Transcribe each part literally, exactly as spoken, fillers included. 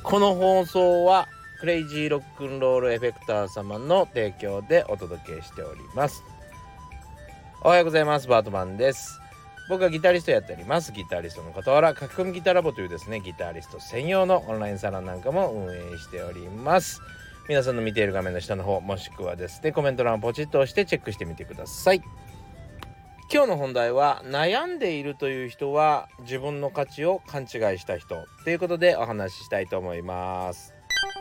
この放送はクレイジーロックンロールエフェクター様の提供でお届けしております。おはようございます。バートマンです。僕はギタリストやっております。ギタリストの傍ら書き込みギタラボというですね、ギタリスト専用のオンラインサロンなんかも運営しております。皆さんの見ている画面の下の方、もしくはですねコメント欄をポチッと押してチェックしてみてください。今日の本題は、悩んでいるという人は自分の価値を勘違いした人ということでお話ししたいと思います。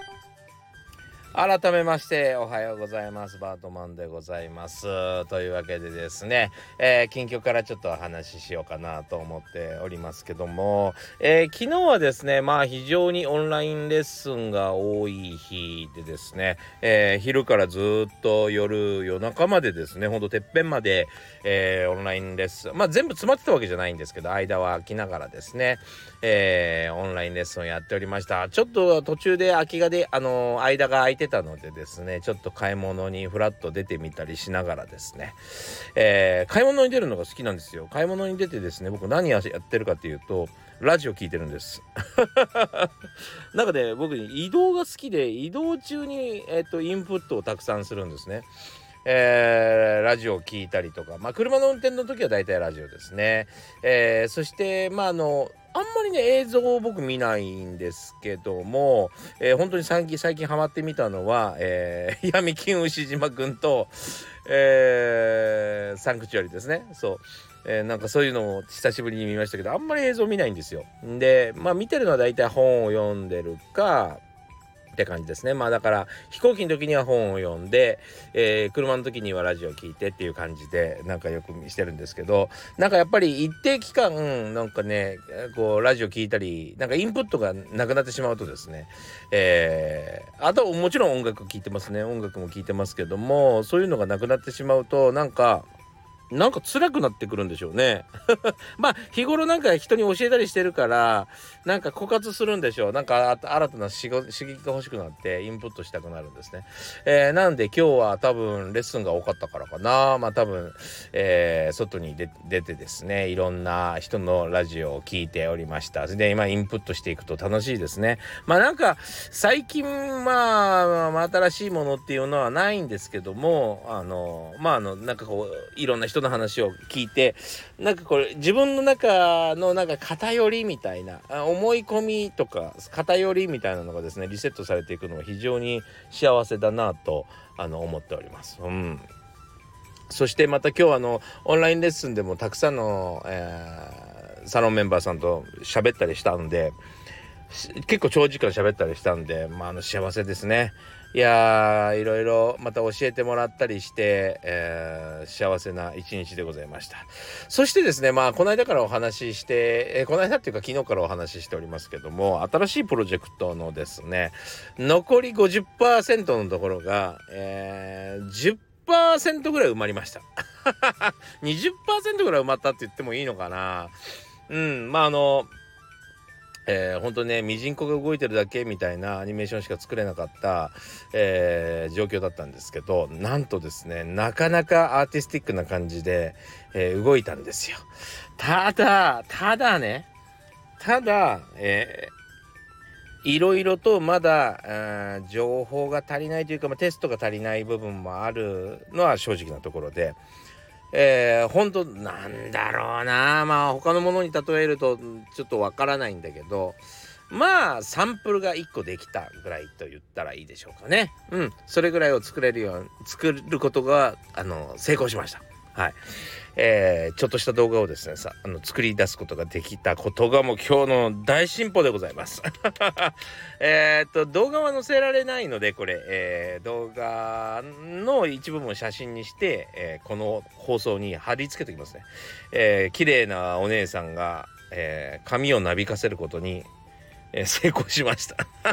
改めましておはようございます。バートマンでございます。というわけでですね、えー、近況からちょっとお話ししようかなと思っておりますけども、えー、昨日はですね、まあ非常にオンラインレッスンが多い日でですね、えー、昼からずっと夜夜中までですね、ほんとてっぺんまで、えー、オンラインレッスン、まあ全部詰まってたわけじゃないんですけど、間は空きながらですね、えー、オンラインレッスンをやっておりました。ちょっと途中で空きがで、あのー、間が空いてたのでですね、ちょっと買い物にフラッと出てみたりしながらですね、えー、買い物に出るのが好きなんですよ。買い物に出てですね、僕何やってるかっていうと、ラジオ聞いてるんですなんかね、僕移動が好きで、移動中に、えーと、インプットをたくさんするんですね。えー、ラジオを聞いたりとか、まあ車の運転の時はだいたいラジオですね。えー、そしてまああのあんまりね映像を僕見ないんですけども、えー、本当に最近最近ハマってみたのは、えー、闇金牛島くんと、えー、サンクチュアリですね。そう、えー、なんかそういうのを久しぶりに見ましたけど、あんまり映像見ないんですよ。でまあ見てるのはだいたい本を読んでるかって感じですね。まあだから飛行機の時には本を読んで、えー、車の時にはラジオ聞いてっていう感じでなんかよくしてるんですけど、なんかやっぱり一定期間なんかねこうラジオ聞いたりなんかインプットがなくなってしまうとですね、えー、あともちろん音楽聞いてますね。音楽も聞いてますけども、そういうのがなくなってしまうとなんかなんか辛くなってくるんでしょうねまあ日頃なんか人に教えたりしてるからなんか枯渇するんでしょう。なんか新たな刺激が欲しくなってインプットしたくなるんですね。えー、なんで今日は多分レッスンが多かったからかな。まあ多分、えー、外に出てですね、いろんな人のラジオを聞いておりました。で今インプットしていくと楽しいですね。まあなんか最近まあ、まあ、新しいものっていうのはないんですけども、あのまああのなんかこういろんな人の話を聞いて、なんかこれ自分の中のなんか偏りみたいな思い込みとか偏りみたいなのがですねリセットされていくのが非常に幸せだなとあの思っております。うん。そしてまた今日あのオンラインレッスンでもたくさんの、えー、サロンメンバーさんと喋ったりしたんで、結構長時間喋ったりしたんで、まあ、あの幸せですね。いやーいろいろまた教えてもらったりして、えー、幸せな一日でございました。そしてですね、まあこの間からお話しして、えー、この間っていうか昨日からお話ししておりますけども、新しいプロジェクトのですね残り ごじゅっパーセント のところが、えー、じゅっパーセント ぐらい埋まりましたにじゅっパーセント ぐらい埋まったって言ってもいいのかな。うんまああのえー、本当ねミジンコが動いてるだけみたいなアニメーションしか作れなかった、えー、状況だったんですけど、なんとですねなかなかアーティスティックな感じで、えー、動いたんですよ。ただただねただ、えー、いろいろとまだ、えー、情報が足りないというか、まあ、テストが足りない部分もあるのは正直なところで、えー、本当なんだろうな、まあ他のものに例えるとちょっとわからないんだけど、まあサンプルがいっこできたぐらいと言ったらいいでしょうかね。うん、それぐらいを作れるように作ることがあの成功しました。はい。えー、ちょっとした動画をですねさあの作り出すことができたことがもう今日の大進歩でございますえっと動画は載せられないのでこれ、えー、動画の一部分を写真にして、えー、この放送に貼り付けておきますね。えー、綺麗なお姉さんが、えー、髪をなびかせることに、えー、成功しました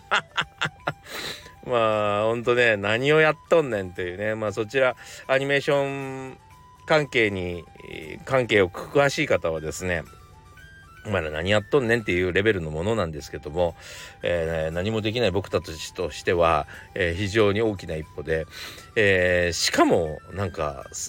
まあほんとね何をやっとんねんというね、まあそちらアニメーション関係に関係を詳しい方はですね、まだ何やっとんねんっていうレベルのものなんですけども、えー、何もできない僕たちとしては、えー、非常に大きな一歩で、えー、しかもなんか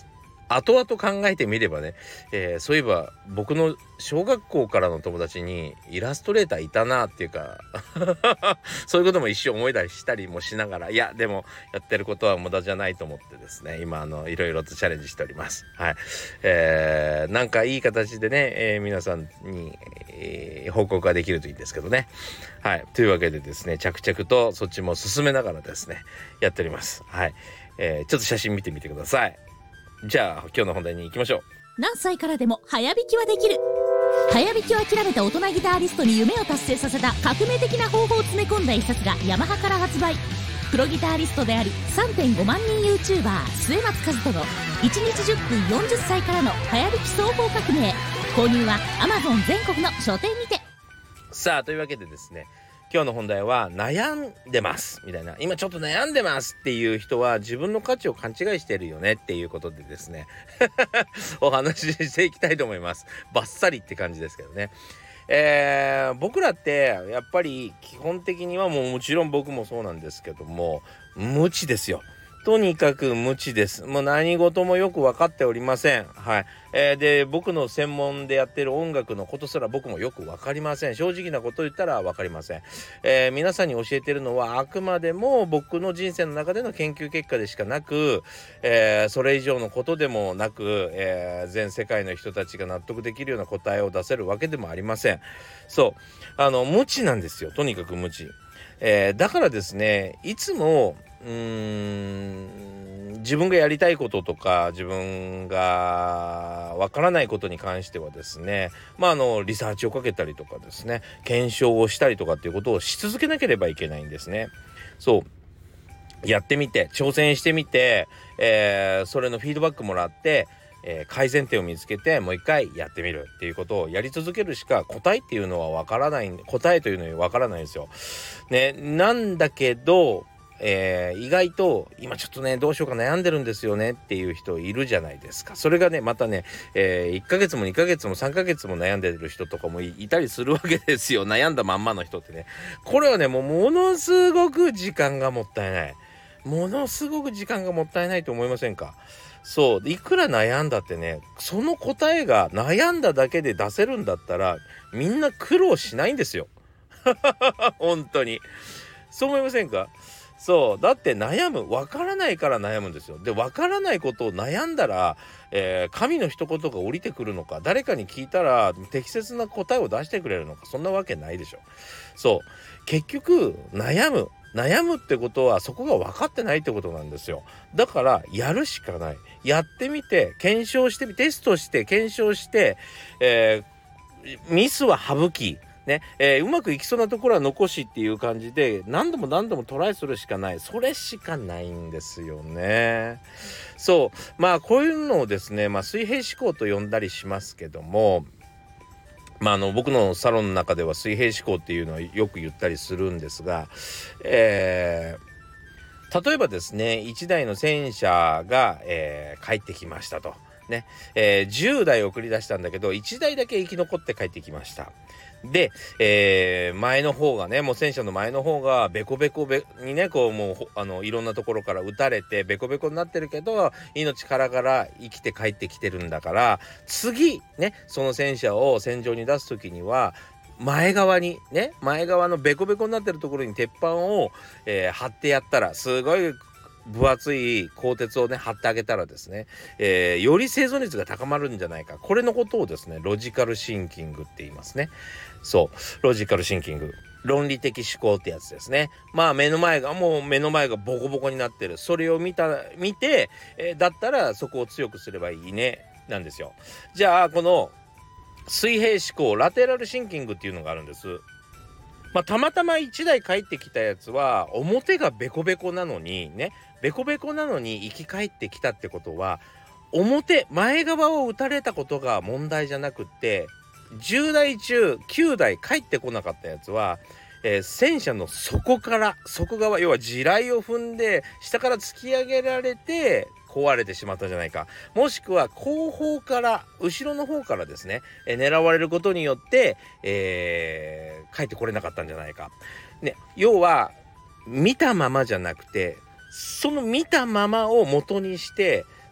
後々考えてみればね、えー、そういえば僕の小学校からの友達にイラストレーターいたなっていうかそういうことも一瞬思い出したりもしながら、いやでもやってることは無駄じゃないと思ってですね、今あのいろいろとチャレンジしております。はい、えー、なんかいい形でね、えー、皆さんに、えー、報告ができるといいんですけどね。はい、というわけでですね、着々とそっちも進めながらですねやっております。はい、えー、ちょっと写真見てみてください。じゃあ今日の本題に行きましょう。 何歳からでも早弾きはできる。早弾きを諦めた大人ギタリストに夢を達成させた革命的な方法を詰め込んだ一冊がヤマハから発売。プロギタリストであり さんてんご 万人 YouTuber 末松和人のいちにちじゅっぷんよんじゅっさいからの早弾き総合革命。購入は Amazon 全国の書店にて。 さあというわけでですね、今日の本題は悩んでますみたいな、今ちょっと悩んでますっていう人は自分の価値を勘違いしてるよねっていうことでですねお話ししていきたいと思います。バッサリって感じですけどね。えー、僕らってやっぱり基本的にはもうもちろん僕もそうなんですけども、無知ですよ。とにかく無知です。もう何事もよく分かっておりません。はい。えー、で僕の専門でやってる音楽のことすら僕もよく分かりません。正直なこと言ったら分かりません。えー、皆さんに教えてるのはあくまでも僕の人生の中での研究結果でしかなく、えー、それ以上のことでもなく、えー、全世界の人たちが納得できるような答えを出せるわけでもありません。そうあの無知なんですよ。とにかく無知。えー、だからですね、いつもうーん自分がやりたいこととか自分がわからないことに関してはですね、まああのリサーチをかけたりとかですね、検証をしたりとかっていうことをし続けなければいけないんですね。そうやってみて挑戦してみて、えー、それのフィードバックもらって、えー、改善点を見つけてもう一回やってみるっていうことをやり続けるしか答えっていうのはわからない、答えというのはわからないんですよ。ね、なんだけどえー、意外と今ちょっとねどうしようか悩んでるんですよねっていう人いるじゃないですか。それがねまたね、えー、いっかげつもにかげつもさんかげつも悩んでる人とかも い, いたりするわけですよ。悩んだまんまの人ってね、これはねもうものすごく時間がもったいない、ものすごく時間がもったいないと思いませんか。そういくら悩んだってね、その答えが悩んだだけで出せるんだったらみんな苦労しないんですよ本当にそう思いませんか。そうだって悩む、わからないから悩むんですよ。でわからないことを悩んだら、えー、神の一言が降りてくるのか、誰かに聞いたら適切な答えを出してくれるのか、そんなわけないでしょ。そう結局悩む悩むってことはそこが分かってないってことなんですよ。だからやるしかない。やってみて検証してみテストして検証して、えー、ミスは省きね、えー、うまくいきそうなところは残しっていう感じで何度も何度もトライするしかない。それしかないんですよね。そうまあこういうのをですね、まあ、水平思考と呼んだりしますけども、まあ、あの僕のサロンの中では水平思考っていうのはよく言ったりするんですが、えー、例えばですねいちだいの戦車が、えー、帰ってきましたとね、えー、じゅうだい送り出したんだけどいちだいだけ生き残って帰ってきました。で、えー、前の方がねもう戦車の前の方がベコベコべにねこうもうあのいろんなところから撃たれてベコベコになってるけど命からがら生きて帰ってきてるんだから、次ねその戦車を戦場に出す時には前側にね前側のベコベコになってるところに鉄板を、えー、張ってやったら、すごい分厚い鋼鉄をね貼ってあげたらですね、えー、より生存率が高まるんじゃないか。これのことをですねロジカルシンキングって言いますね。そうロジカルシンキング、論理的思考ってやつですね。まあ目の前がもう目の前がボコボコになってる、それを見た見て、えー、だったらそこを強くすればいいねなんですよ。じゃあこの水平思考ラテラルシンキングっていうのがあるんです。まあ、たまたまいちだい帰ってきたやつは表がベコベコなのにねベコベコなのに生き返ってきたってことは、表前側を撃たれたことが問題じゃなくって、じゅうだい中きゅうだい帰ってこなかったやつは、えー、戦車の底から底側、要は地雷を踏んで下から突き上げられて壊れてしまったんじゃないか、もしくは後方から後ろの方からですね、えー、狙われることによって、えー、帰ってこれなかったんじゃないか、ね、要は見たままじゃなくてその見たままを元にして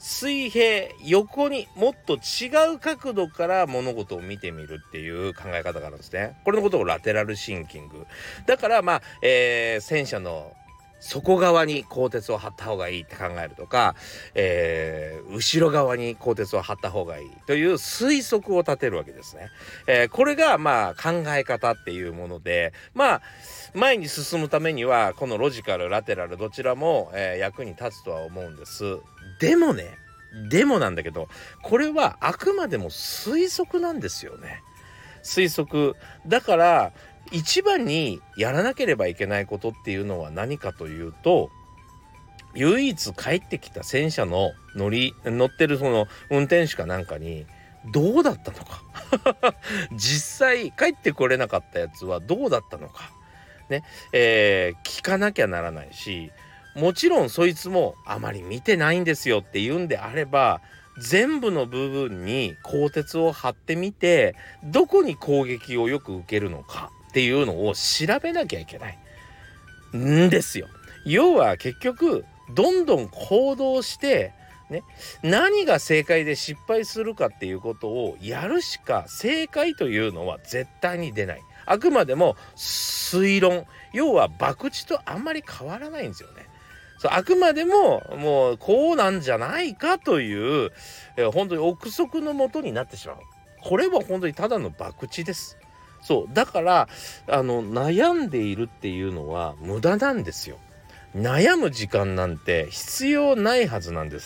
水平横にもっと違う角度から物事を見てみるっていう考え方があるんですね。これのことをラテラルシンキング。だからまあ、えー、戦車の外側に鋼鉄を張った方がいいって考えるとか、えー、後ろ側に鋼鉄を張った方がいいという推測を立てるわけですね。えー、これがまあ考え方っていうもので、まあ前に進むためにはこのロジカルラテラルどちらも、えー、役に立つとは思うんです。でもねでもなんだけど、これはあくまでも推測なんですよね。推測だから一番にやらなければいけないことっていうのは何かというと、唯一帰ってきた戦車の乗り乗ってるその運転手かなんかにどうだったのか実際帰ってこれなかったやつはどうだったのかね、えー、聞かなきゃならないし、もちろんそいつもあまり見てないんですよって言うんであれば、全部の部分に鋼鉄を張ってみて、どこに攻撃をよく受けるのかっていうのを調べなきゃいけないんですよ。要は結局どんどん行動してね、何が正解で失敗するかっていうことをやるしか正解というのは絶対に出ない。あくまでも推論、要は博打とあんまり変わらないんですよね。そうあくまでももうこうなんじゃないかという、えー、本当に憶測のもとになってしまう。これは本当にただの博打です。そうだからあの悩んでいるっていうのは無駄なんですよ。悩む時間なんて必要ないはずなんです。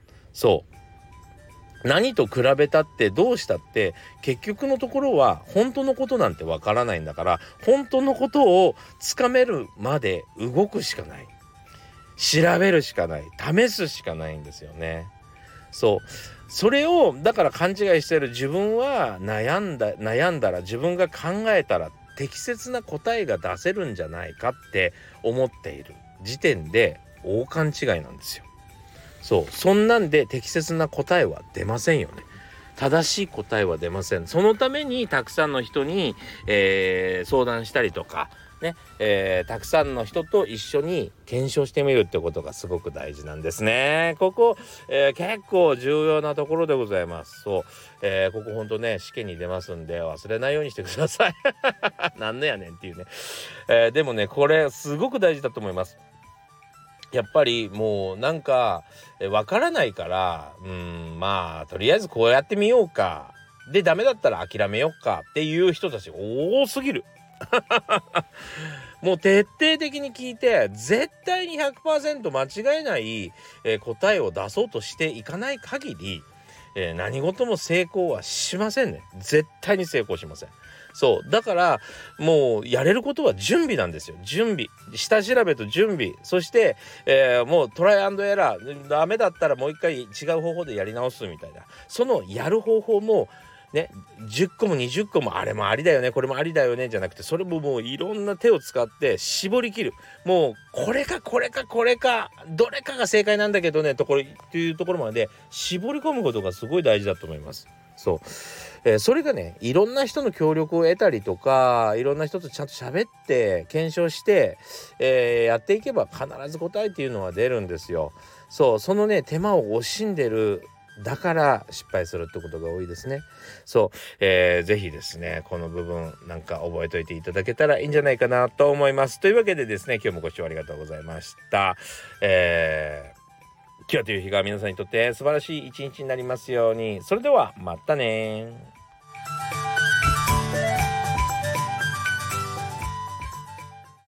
そう何と比べたってどうしたって結局のところは本当のことなんてわからないんだから、本当のことをつかめるまで動くしかない、調べるしかない、試すしかないんですよね。そうそれをだから勘違いしてる自分は悩んだ悩んだら自分が考えたら適切な答えが出せるんじゃないかって思っている時点で大勘違いなんですよ。そうそんなんで適切な答えは出ませんよね。正しい答えは出ません。そのためにたくさんの人に、えー、相談したりとかね、えー、たくさんの人と一緒に検証してみるってことがすごく大事なんですね。ここ、えー、結構重要なところでございます。そう、えー、ここほんとね試験に出ますんで忘れないようにしてくださいなんのやねんっていうね、えー、でもねこれすごく大事だと思います。やっぱりもうなんかわからないから、うーんまあとりあえずこうやってみようか、でダメだったら諦めようかっていう人たち多すぎるもう徹底的に聞いて絶対に ひゃくパーセント 間違えない、えー、答えを出そうとしていかない限り、えー、何事も成功はしませんね。絶対に成功しません。そうだからもうやれることは準備なんですよ。準備、下調べと準備、そして、えー、もうトライアンドエラー、ダメだったらもう一回違う方法でやり直すみたいな、そのやる方法もね、じゅっこもにじゅっこもあれもありだよねこれもありだよねじゃなくて、それももういろんな手を使って絞り切る。もうこれかこれかこれかどれかが正解なんだけどねところっていうところまで絞り込むことがすごい大事だと思います。そう、えー、それがねいろんな人の協力を得たりとかいろんな人とちゃんと喋って検証して、えー、やっていけば必ず答えっていうのは出るんですよ。そうそのね手間を惜しんでるだから失敗するってことが多いですね。そう、えー、ぜひですねこの部分なんか覚えておいていただけたらいいんじゃないかなと思います。というわけでですね今日もご視聴ありがとうございました。えー今日という日が皆さんにとって素晴らしい一日になりますように。それではまたね。